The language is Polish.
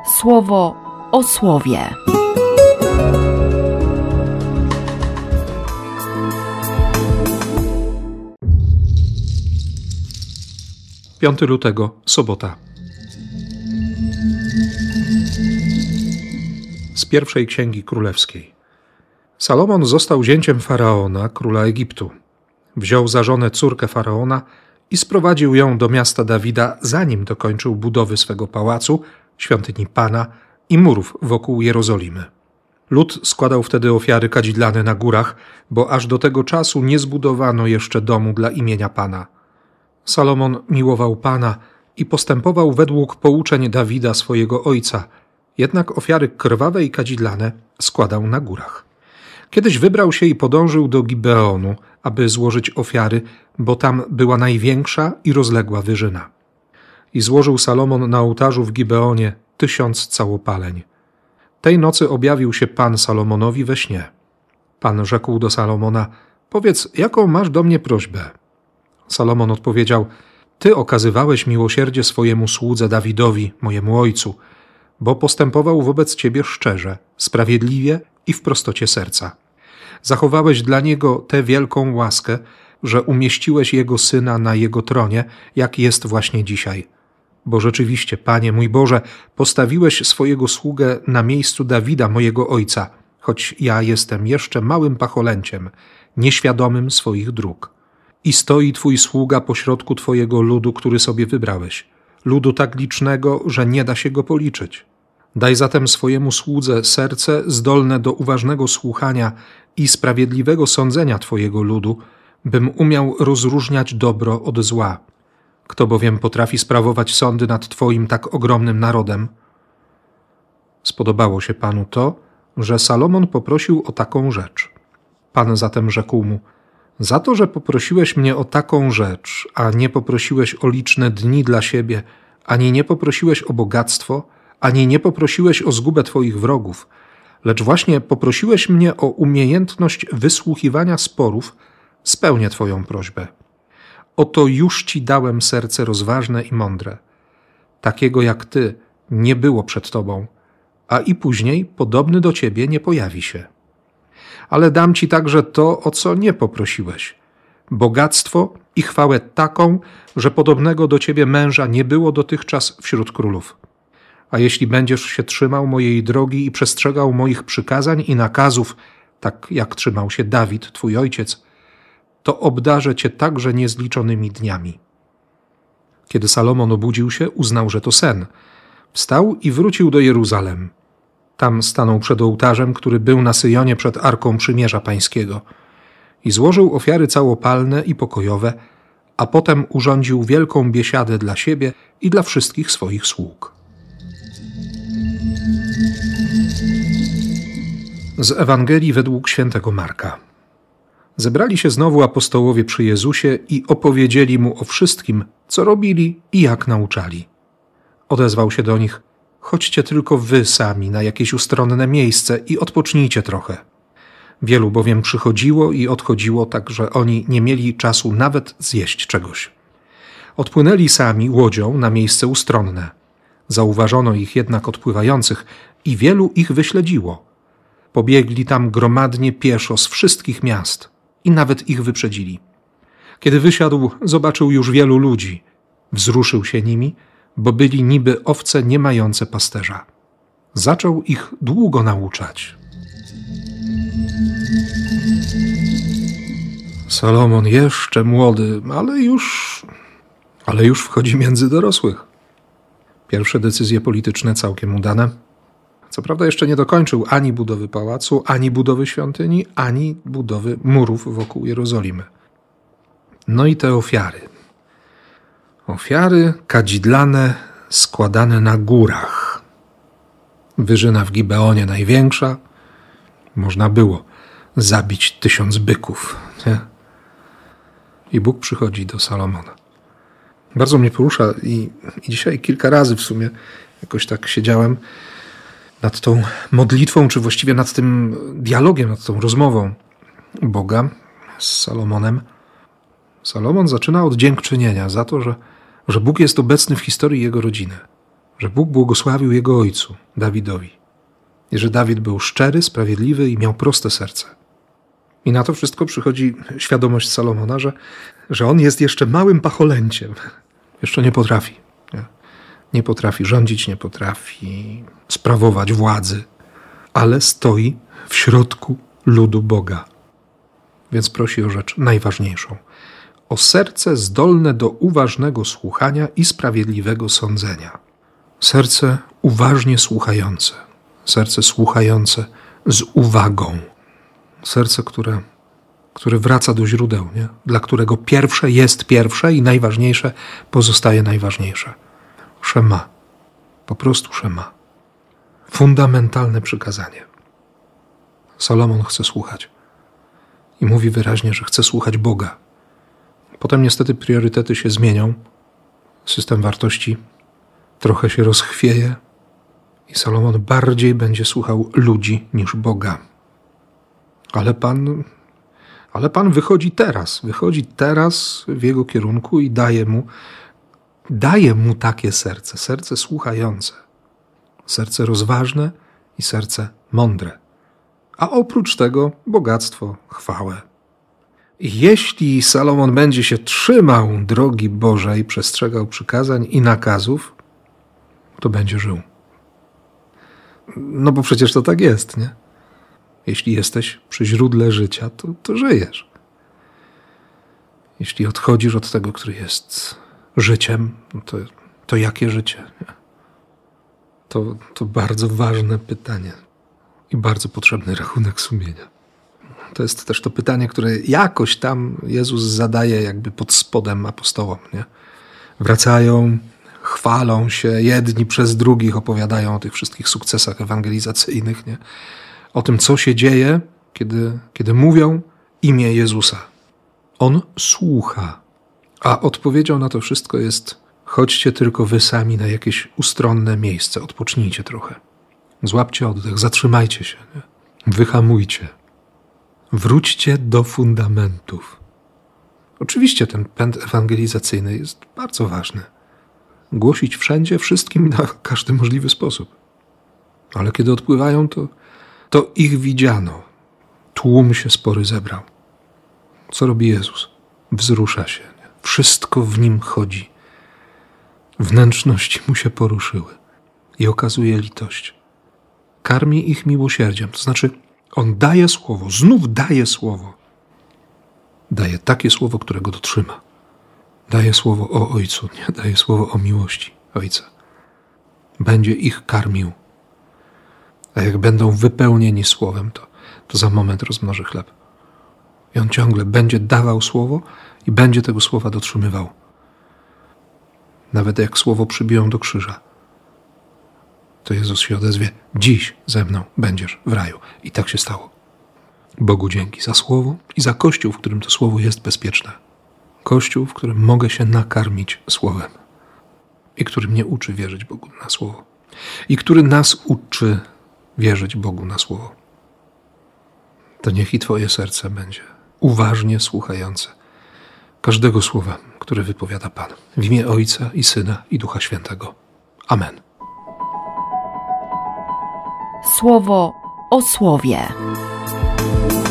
Słowo o słowie. 5 lutego, sobota. Z pierwszej Księgi Królewskiej. Salomon został zięciem Faraona, króla Egiptu. Wziął za żonę córkę Faraona i sprowadził ją do miasta Dawida, zanim dokończył budowy swego pałacu, świątyni Pana i murów wokół Jerozolimy. Lud składał wtedy ofiary kadzidlane na górach, bo aż do tego czasu nie zbudowano jeszcze domu dla imienia Pana. Salomon miłował Pana i postępował według pouczeń Dawida swojego ojca, jednak ofiary krwawe i kadzidlane składał na górach. Kiedyś wybrał się i podążył do Gibeonu, aby złożyć ofiary, bo tam była największa i rozległa wyżyna. I złożył Salomon na ołtarzu w Gibeonie 1000 całopaleń. Tej nocy objawił się Pan Salomonowi we śnie. Pan rzekł do Salomona: powiedz, jaką masz do mnie prośbę? Salomon odpowiedział: Ty okazywałeś miłosierdzie swojemu słudze Dawidowi, mojemu ojcu, bo postępował wobec Ciebie szczerze, sprawiedliwie i w prostocie serca. Zachowałeś dla niego tę wielką łaskę, że umieściłeś jego syna na jego tronie, jak jest właśnie dzisiaj. Bo rzeczywiście, Panie mój Boże, postawiłeś swojego sługę na miejscu Dawida, mojego ojca, choć ja jestem jeszcze małym pacholęciem, nieświadomym swoich dróg. I stoi Twój sługa pośrodku Twojego ludu, który sobie wybrałeś, ludu tak licznego, że nie da się go policzyć. Daj zatem swojemu słudze serce zdolne do uważnego słuchania i sprawiedliwego sądzenia Twojego ludu, bym umiał rozróżniać dobro od zła. Kto bowiem potrafi sprawować sądy nad Twoim tak ogromnym narodem? Spodobało się Panu to, że Salomon poprosił o taką rzecz. Pan zatem rzekł mu: za to, że poprosiłeś mnie o taką rzecz, a nie poprosiłeś o liczne dni dla siebie, ani nie poprosiłeś o bogactwo, ani nie poprosiłeś o zgubę Twoich wrogów, lecz właśnie poprosiłeś mnie o umiejętność wysłuchiwania sporów, spełnię Twoją prośbę. Oto już Ci dałem serce rozważne i mądre. Takiego jak Ty nie było przed Tobą, a i później podobny do Ciebie nie pojawi się. Ale dam Ci także to, o co nie poprosiłeś. Bogactwo i chwałę taką, że podobnego do Ciebie męża nie było dotychczas wśród królów. A jeśli będziesz się trzymał mojej drogi i przestrzegał moich przykazań i nakazów, tak jak trzymał się Dawid, Twój ojciec, to obdarzę Cię także niezliczonymi dniami. Kiedy Salomon obudził się, uznał, że to sen. Wstał i wrócił do Jeruzalem. Tam stanął przed ołtarzem, który był na Syjonie przed Arką Przymierza Pańskiego, i złożył ofiary całopalne i pokojowe, a potem urządził wielką biesiadę dla siebie i dla wszystkich swoich sług. Z Ewangelii według świętego Marka. Zebrali się znowu apostołowie przy Jezusie i opowiedzieli Mu o wszystkim, co robili i jak nauczali. Odezwał się do nich: chodźcie tylko wy sami na jakieś ustronne miejsce i odpocznijcie trochę. Wielu bowiem przychodziło i odchodziło, tak że oni nie mieli czasu nawet zjeść czegoś. Odpłynęli sami łodzią na miejsce ustronne. Zauważono ich jednak odpływających i wielu ich wyśledziło. Pobiegli tam gromadnie pieszo z wszystkich miast i nawet ich wyprzedzili. Kiedy wysiadł, zobaczył już wielu ludzi. Wzruszył się nimi, bo byli niby owce nie mające pasterza. Zaczął ich długo nauczać. Salomon jeszcze młody, ale już wchodzi między dorosłych. Pierwsze decyzje polityczne całkiem udane. Co prawda jeszcze nie dokończył ani budowy pałacu, ani budowy świątyni, ani budowy murów wokół Jerozolimy. No i te ofiary. Ofiary kadzidlane składane na górach. Wyżyna w Gibeonie największa. Można było zabić 1000 byków. Nie? I Bóg przychodzi do Salomona. Bardzo mnie porusza i dzisiaj kilka razy w sumie jakoś tak siedziałem nad tą modlitwą, czy właściwie nad tym dialogiem, nad tą rozmową Boga z Salomonem. Salomon zaczyna od dziękczynienia za to, że Bóg jest obecny w historii jego rodziny. że Bóg błogosławił jego ojcu, Dawidowi. I że Dawid był szczery, sprawiedliwy i miał proste serce. I na to wszystko przychodzi świadomość Salomona, że on jest jeszcze małym pacholęciem. Jeszcze nie potrafi. Nie potrafi rządzić, nie potrafi sprawować władzy, ale stoi w środku ludu Boga. Więc prosi o rzecz najważniejszą. O serce zdolne do uważnego słuchania i sprawiedliwego sądzenia. Serce uważnie słuchające. Serce słuchające z uwagą. Serce, które wraca do źródeł, nie? Dla którego pierwsze jest pierwsze i najważniejsze pozostaje najważniejsze. Szema. Po prostu szema. Fundamentalne przykazanie. Salomon chce słuchać. I mówi wyraźnie, że chce słuchać Boga. Potem niestety priorytety się zmienią. System wartości trochę się rozchwieje i Salomon bardziej będzie słuchał ludzi niż Boga. Ale Pan wychodzi teraz w jego kierunku i daje mu takie serce słuchające, serce rozważne i serce mądre. A oprócz tego bogactwo, chwałę. I jeśli Salomon będzie się trzymał drogi Bożej, przestrzegał przykazań i nakazów, to będzie żył. No bo przecież to tak jest, nie? Jeśli jesteś przy źródle życia, to żyjesz. Jeśli odchodzisz od tego, który jest życiem, to jakie życie? Nie? To bardzo ważne pytanie i bardzo potrzebny rachunek sumienia. To jest też to pytanie, które jakoś tam Jezus zadaje jakby pod spodem apostołom. Nie? Wracają, chwalą się, jedni przez drugich opowiadają o tych wszystkich sukcesach ewangelizacyjnych, nie? O tym, co się dzieje, kiedy mówią imię Jezusa. On słucha, a odpowiedzią na to wszystko jest: chodźcie tylko wy sami na jakieś ustronne miejsce, odpocznijcie trochę. Złapcie oddech, zatrzymajcie się, nie? Wyhamujcie. Wróćcie do fundamentów. Oczywiście ten pęd ewangelizacyjny jest bardzo ważny. Głosić wszędzie, wszystkim na każdy możliwy sposób. Ale kiedy odpływają, to ich widziano. Tłum się spory zebrał. Co robi Jezus? Wzrusza się. Nie? Wszystko w nim chodzi. Wnętrzności mu się poruszyły. I okazuje litość. Karmi ich miłosierdziem. To znaczy, on daje słowo, znów daje słowo. Daje takie słowo, którego dotrzyma. Daje słowo o Ojcu, nie daje słowo o miłości Ojca. Będzie ich karmił. A jak będą wypełnieni słowem, to za moment rozmnoży chleb. I on ciągle będzie dawał słowo i będzie tego słowa dotrzymywał. Nawet jak słowo przybiją do krzyża, to Jezus się odezwie: dziś ze mną będziesz w raju. I tak się stało. Bogu dzięki za słowo i za Kościół, w którym to słowo jest bezpieczne. Kościół, w którym mogę się nakarmić słowem i który mnie uczy wierzyć Bogu na słowo. I który nas uczy wierzyć Bogu na słowo. To niech i twoje serce będzie uważnie słuchające każdego słowa, które wypowiada Pan. W imię Ojca i Syna i Ducha Świętego. Amen. Słowo o słowie.